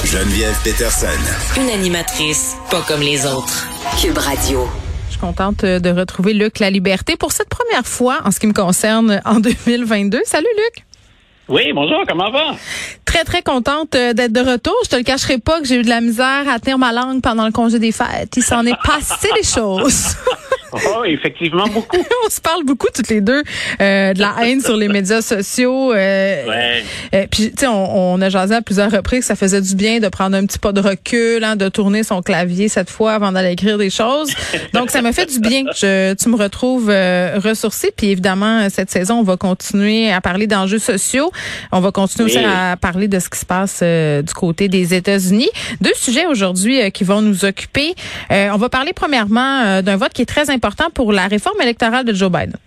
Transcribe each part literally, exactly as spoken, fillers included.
Geneviève Peterson. Une animatrice pas comme les autres. Cube Radio. Je suis contente de retrouver Luc Laliberté pour cette première fois, en ce qui me concerne, en deux mille vingt-deux. Salut Luc! Oui, bonjour, comment va? Très, très contente d'être de retour. Je te le cacherai pas que j'ai eu de la misère à tenir ma langue pendant le congé des fêtes. Il s'en est passé des choses. Oh, effectivement, beaucoup. On se parle beaucoup toutes les deux euh, de la haine sur les médias sociaux. Euh, ouais. Euh, puis, tu sais, on, on a jasé à plusieurs reprises que ça faisait du bien de prendre un petit pas de recul, hein, de tourner son clavier cette fois avant d'aller écrire des choses. Donc, ça m'a fait du bien. Je, tu me retrouves euh, ressourcée. Puis, évidemment, cette saison, on va continuer à parler d'enjeux sociaux. On va continuer oui. aussi à parler de ce qui se passe euh, du côté des États-Unis. Deux sujets aujourd'hui euh, qui vont nous occuper. Euh, on va parler premièrement euh, d'un vote qui est très important pour la réforme électorale de Joe Biden.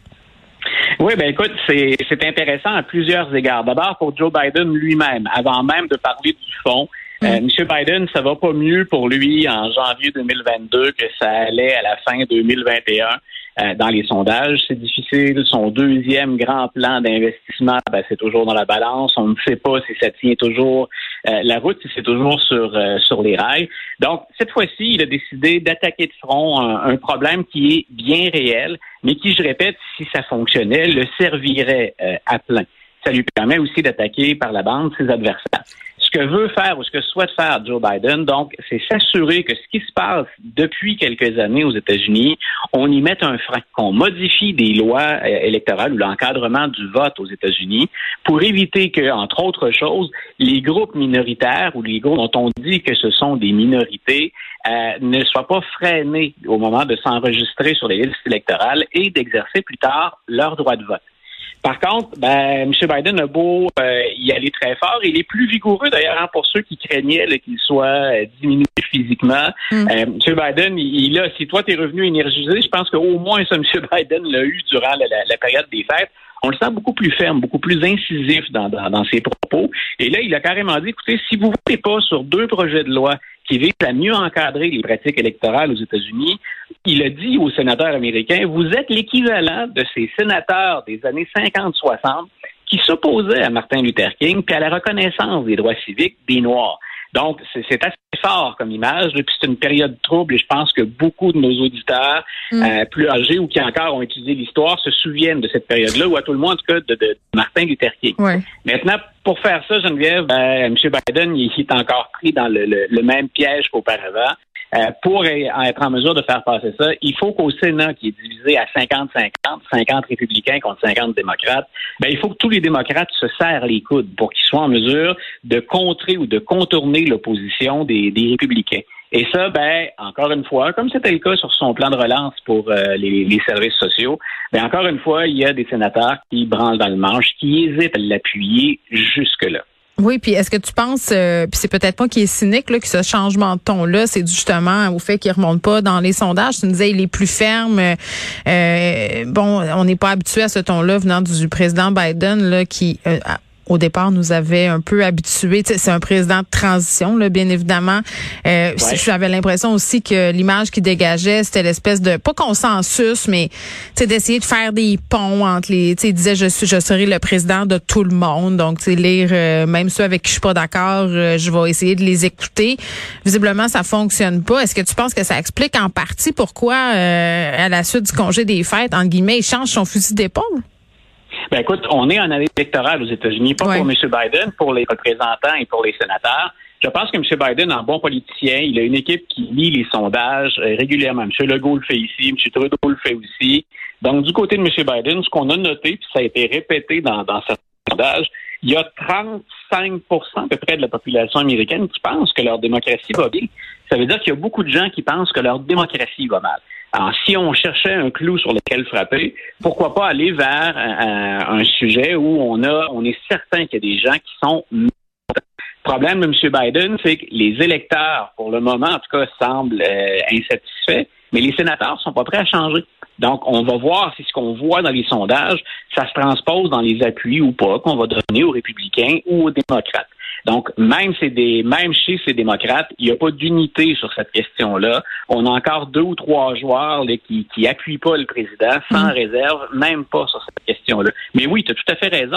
Oui, ben écoute, c'est c'est intéressant à plusieurs égards. D'abord, pour Joe Biden lui-même, avant même de parler du fond, mm. euh, M. Biden, ça va pas mieux pour lui en janvier deux mille vingt-deux que ça allait à la fin deux mille vingt et un. Euh, dans les sondages, c'est difficile. Son deuxième grand plan d'investissement, ben, c'est toujours dans la balance. On ne sait pas si ça tient toujours euh, la route, si c'est toujours sur euh, sur les rails. Donc, cette fois-ci, il a décidé d'attaquer de front un, un problème qui est bien réel, mais qui, je répète, si ça fonctionnait, le servirait euh, à plein. Ça lui permet aussi d'attaquer par la bande ses adversaires. Ce que veut faire ou ce que souhaite faire Joe Biden, donc, c'est s'assurer que ce qui se passe depuis quelques années aux États-Unis, on y mette un frein, qu'on modifie des lois euh, électorales ou l'encadrement du vote aux États-Unis pour éviter que, entre autres choses, les groupes minoritaires ou les groupes dont on dit que ce sont des minorités euh, ne soient pas freinés au moment de s'enregistrer sur les listes électorales et d'exercer plus tard leur droit de vote. Par contre, ben, M. Biden a beau euh, y aller très fort. Il est plus vigoureux, d'ailleurs, hein, pour ceux qui craignaient là, qu'il soit euh, diminué physiquement. Mm. Euh, M. Biden, il, il a, si toi, t'es revenu énergisé, je pense qu'au moins ça, M. Biden l'a eu durant la, la, la période des fêtes. On le sent beaucoup plus ferme, beaucoup plus incisif dans, dans, dans ses propos. Et là, il a carrément dit, écoutez, si vous ne votez pas sur deux projets de loi qui visent à mieux encadrer les pratiques électorales aux États-Unis, il a dit aux sénateurs américains, vous êtes l'équivalent de ces sénateurs des années cinquante soixante qui s'opposaient à Martin Luther King puis à la reconnaissance des droits civiques des Noirs. Donc, c'est, c'est assez fort comme image. Puis c'est une période trouble et je pense que beaucoup de nos auditeurs mm. euh, plus âgés ou qui encore ont étudié l'histoire se souviennent de cette période-là ou à tout le moins, en tout cas, de, de Martin Luther King. Ouais. Maintenant, pour faire ça, Geneviève, euh, M. Biden, il est encore pris dans le, le, le même piège qu'auparavant. Euh, pour être en mesure de faire passer ça, il faut qu'au Sénat, qui est divisé à cinquante cinquante, cinquante républicains contre cinquante démocrates, ben, il faut que tous les démocrates se serrent les coudes pour qu'ils soient en mesure de contrer ou de contourner l'opposition des, des républicains. Et ça, ben, encore une fois, comme c'était le cas sur son plan de relance pour euh, les, les services sociaux, ben, encore une fois, il y a des sénateurs qui branlent dans le manche, qui hésitent à l'appuyer jusque-là. Oui, puis est-ce que tu penses, euh, puis c'est peut-être pas qu'il est cynique là, que ce changement de ton-là, c'est justement au fait qu'il remonte pas dans les sondages. Tu nous disais, il est plus ferme. Euh, bon, on n'est pas habitué à ce ton-là venant du président Biden là, qui euh, au départ nous avait un peu habitués. Tu sais, c'est un président de transition, là, bien évidemment. Euh, ouais. J'avais l'impression aussi que l'image qu'il dégageait, c'était l'espèce de, pas consensus, mais tu sais, d'essayer de faire des ponts entre les... Tu sais, il disait, je suis, je serai le président de tout le monde. Donc, tu sais, lire euh, même ceux avec qui je suis pas d'accord, euh, je vais essayer de les écouter. Visiblement, ça fonctionne pas. Est-ce que tu penses que ça explique en partie pourquoi, euh, à la suite du congé des fêtes, entre guillemets, il change son fusil d'épaule? Ben écoute, on est en année électorale aux États-Unis, pas ouais. pour M. Biden, pour les représentants et pour les sénateurs. Je pense que M. Biden, en bon politicien, il a une équipe qui lit les sondages euh, régulièrement. M. Legault le fait ici, M. Trudeau le fait aussi. Donc, du côté de M. Biden, ce qu'on a noté, puis ça a été répété dans, dans certains sondages, il y a trente-cinq pour cent à peu près de la population américaine qui pense que leur démocratie va bien. Ça veut dire qu'il y a beaucoup de gens qui pensent que leur démocratie va mal. Alors, si on cherchait un clou sur lequel frapper, pourquoi pas aller vers un, un sujet où on a, on est certain qu'il y a des gens qui sont... Le problème de M. Biden, c'est que les électeurs, pour le moment, en tout cas, semblent euh, insatisfaits, mais les sénateurs sont pas prêts à changer. Donc, on va voir si ce qu'on voit dans les sondages, ça se transpose dans les appuis ou pas, qu'on va donner aux républicains ou aux démocrates. Donc, même, c'est des, même chez ces démocrates, il n'y a pas d'unité sur cette question-là. On a encore deux ou trois joueurs là, qui qui appuient pas le président sans mmh. réserve, même pas sur cette question-là. Mais oui, tu as tout à fait raison.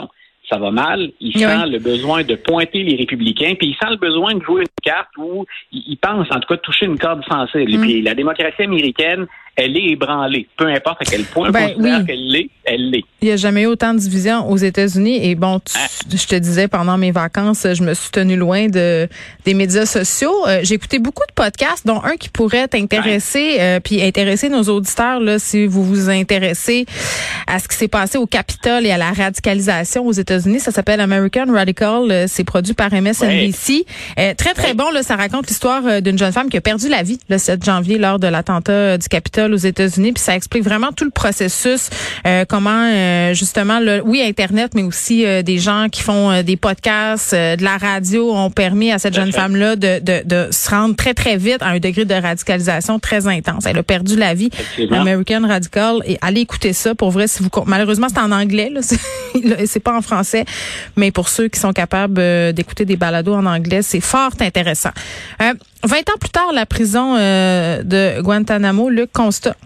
ça va mal, il oui. sent le besoin de pointer les républicains, puis il sent le besoin de jouer une carte où il, il pense, en tout cas, de toucher une corde sensible. Mm. Et puis la démocratie américaine, elle est ébranlée. Peu importe à quel point ben, on considère oui. qu'elle l'est, elle l'est. Il n'y a jamais eu autant de division aux États-Unis. Et bon, tu, hein? je te disais, pendant mes vacances, je me suis tenue loin de des médias sociaux. Euh, j'ai écouté beaucoup de podcasts, dont un qui pourrait t'intéresser, euh, puis intéresser nos auditeurs, là, si vous vous intéressez à ce qui s'est passé au Capitole et à la radicalisation aux États-Unis. Ça s'appelle American Radical. C'est produit par M S N B C. Ouais. Euh, très, très ouais. bon. Là, ça raconte l'histoire d'une jeune femme qui a perdu la vie le sept janvier lors de l'attentat du Capitole aux États-Unis, puis ça explique vraiment tout le processus, euh, comment euh, justement, le, oui, Internet, mais aussi euh, des gens qui font euh, des podcasts, euh, de la radio ont permis à cette jeune femme-là de, de, de se rendre très, très vite à un degré de radicalisation très intense. Elle a perdu la vie. American Radical. Et allez écouter ça, pour vrai, si vous... Malheureusement, c'est en anglais, là, c'est, c'est pas en français, mais pour ceux qui sont capables euh, d'écouter des balados en anglais, c'est fort intéressant. Euh, vingt ans plus tard, la prison euh, de Guantanamo, Luc, constat.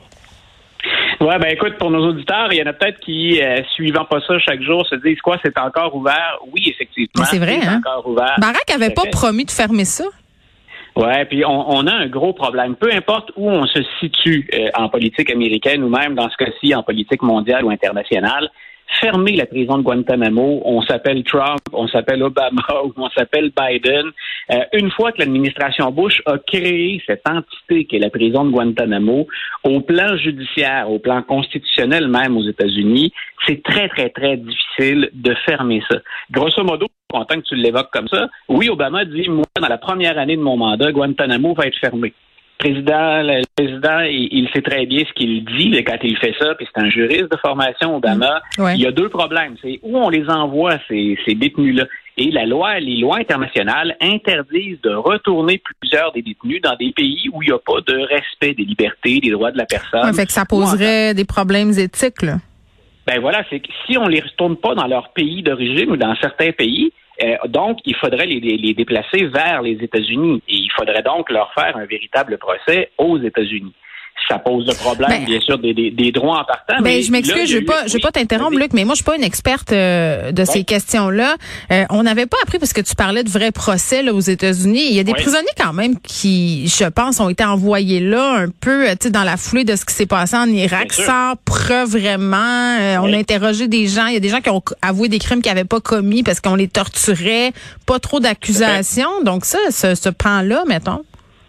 Ouais, ben écoute, pour nos auditeurs, il y en a peut-être qui, euh, suivant pas ça chaque jour, se disent quoi, c'est encore ouvert. Oui, effectivement. Mais c'est vrai, c'est hein? encore ouvert. Barack avait pas promis de fermer ça. Ouais, puis on, on a un gros problème. Peu importe où on se situe euh, en politique américaine ou même dans ce cas-ci en politique mondiale ou internationale, fermer la prison de Guantanamo, on s'appelle Trump, on s'appelle Obama ou on s'appelle Biden. Euh, une fois que l'administration Bush a créé cette entité qu'est la prison de Guantanamo, au plan judiciaire, au plan constitutionnel même aux États-Unis, c'est très, très, très difficile de fermer ça. Grosso modo, je suis content que tu l'évoques comme ça. Oui, Obama dit, moi, dans la première année de mon mandat, Guantanamo va être fermé. Président, le président, il, il sait très bien ce qu'il dit là, quand il fait ça, puis c'est un juriste de formation, Obama. Mmh, ouais. Il y a deux problèmes. C'est où on les envoie, ces, ces détenus-là. Et la loi, les lois internationales interdisent de retourner plusieurs des détenus dans des pays où il n'y a pas de respect des libertés, des droits de la personne. Ouais, fait que ça poserait des problèmes éthiques, là. Ben voilà, c'est que si on les retourne pas dans leur pays d'origine ou dans certains pays, Euh, donc, il faudrait les, les déplacer vers les États-Unis et il faudrait donc leur faire un véritable procès aux États-Unis. Ça pose le problème, ben, bien sûr, des, des, des droits en partant. Ben, mais je m'excuse, là, je ne veux pas, je veux pas t'interrompre, oui. Luc, mais moi, je suis pas une experte euh, de ouais. ces questions-là. Euh, on n'avait pas appris, parce que tu parlais de vrais procès là, aux États-Unis. Il y a des ouais. prisonniers quand même qui, je pense, ont été envoyés là un peu, tu sais, dans la foulée de ce qui s'est passé en Irak, sans preuve vraiment. Euh, ouais. On a interrogé des gens. Il y a des gens qui ont avoué des crimes qu'ils n'avaient pas commis parce qu'on les torturait. Pas trop d'accusations. Ouais. Donc ça, ce, ce pan-là, mettons.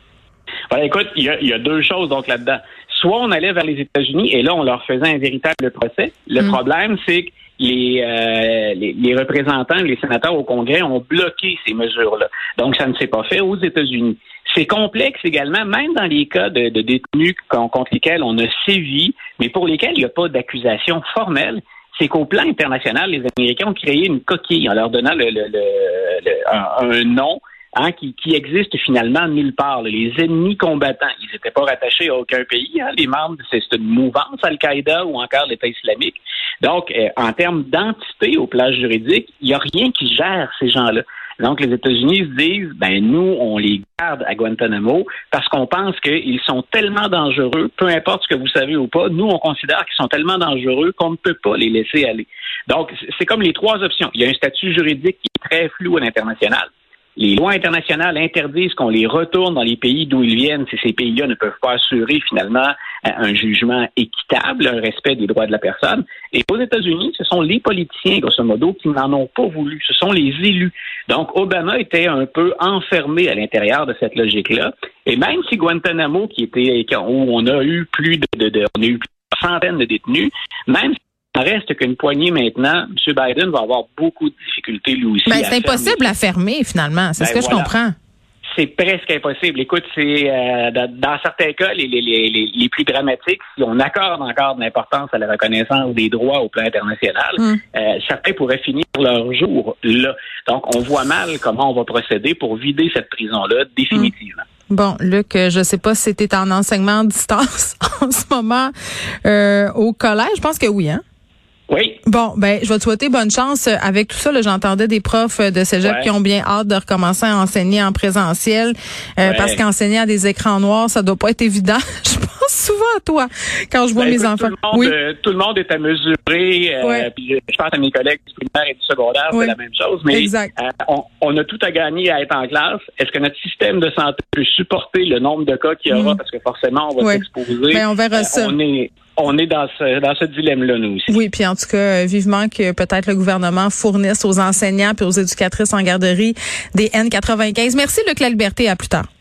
Voilà, écoute, il y, a, il y a deux choses donc là-dedans. Soit on allait vers les États-Unis et là, on leur faisait un véritable procès. Le mmh. problème, c'est que les, euh, les, les représentants, les sénateurs au Congrès ont bloqué ces mesures-là. Donc, ça ne s'est pas fait aux États-Unis. C'est complexe également, même dans les cas de, de détenus contre lesquels on a sévi, mais pour lesquels il n'y a pas d'accusation formelle. C'est qu'au plan international, les Américains ont créé une coquille en leur donnant le, le, le, le, un, un nom Hein, qui, qui existe finalement nulle part. Là. Les ennemis combattants, ils n'étaient pas rattachés à aucun pays. Hein. Les membres, c'est, c'est une mouvance, Al-Qaïda ou encore l'État islamique. Donc, euh, en termes d'entité au plan juridique, il n'y a rien qui gère ces gens-là. Donc, les États-Unis se disent, ben nous, on les garde à Guantanamo parce qu'on pense qu'ils sont tellement dangereux, peu importe ce que vous savez ou pas, nous, on considère qu'ils sont tellement dangereux qu'on ne peut pas les laisser aller. Donc, c'est comme les trois options. Il y a un statut juridique qui est très flou à l'international. Les lois internationales interdisent qu'on les retourne dans les pays d'où ils viennent si ces pays-là ne peuvent pas assurer finalement un jugement équitable, un respect des droits de la personne. Et aux États-Unis, ce sont les politiciens, grosso modo, qui n'en ont pas voulu. Ce sont les élus. Donc, Obama était un peu enfermé à l'intérieur de cette logique-là. Et même si Guantanamo, qui était où on a eu plus de, de, de on a eu plus de centaines de détenus, même si il reste qu'une poignée maintenant, M. Biden va avoir beaucoup de difficultés lui aussi. Ben, c'est impossible à fermer, finalement. C'est ben, ce que voilà. je comprends. C'est presque impossible. Écoute, c'est euh, dans, dans certains cas, les, les, les, les plus dramatiques, si on accorde encore de l'importance à la reconnaissance des droits au plan international, mm. euh, certains pourraient finir leur jour là. Donc, on voit mal comment on va procéder pour vider cette prison-là définitivement. Mm. Bon, Luc, je sais pas si c'était en enseignement à distance en ce moment euh, au collège. Je pense que oui, hein? Oui. Bon, ben, je vais te souhaiter bonne chance avec tout ça. Là, j'entendais des profs de cégep ouais. qui ont bien hâte de recommencer à enseigner en présentiel, euh, ouais. parce qu'enseigner à des écrans noirs, ça doit pas être évident. Je pense souvent à toi quand je vois ben, mes écoute, enfants. Tout le, monde, oui. euh, tout le monde est à mesurer. Euh, ouais. Puis je pense à mes collègues du primaire et du secondaire, oui. c'est la même chose. Mais euh, on, on a tout à gagner à être en classe. Est-ce que notre système de santé peut supporter le nombre de cas qu'il y aura? Mm. Parce que forcément, on va ouais. s'exposer. Ben, on verra euh, ça. On est... On est dans ce dans ce dilemme-là, nous aussi. Oui, puis en tout cas, vivement que peut-être le gouvernement fournisse aux enseignants puis aux éducatrices en garderie des N quatre-vingt-quinze. Merci, Luc La Liberté. À plus tard.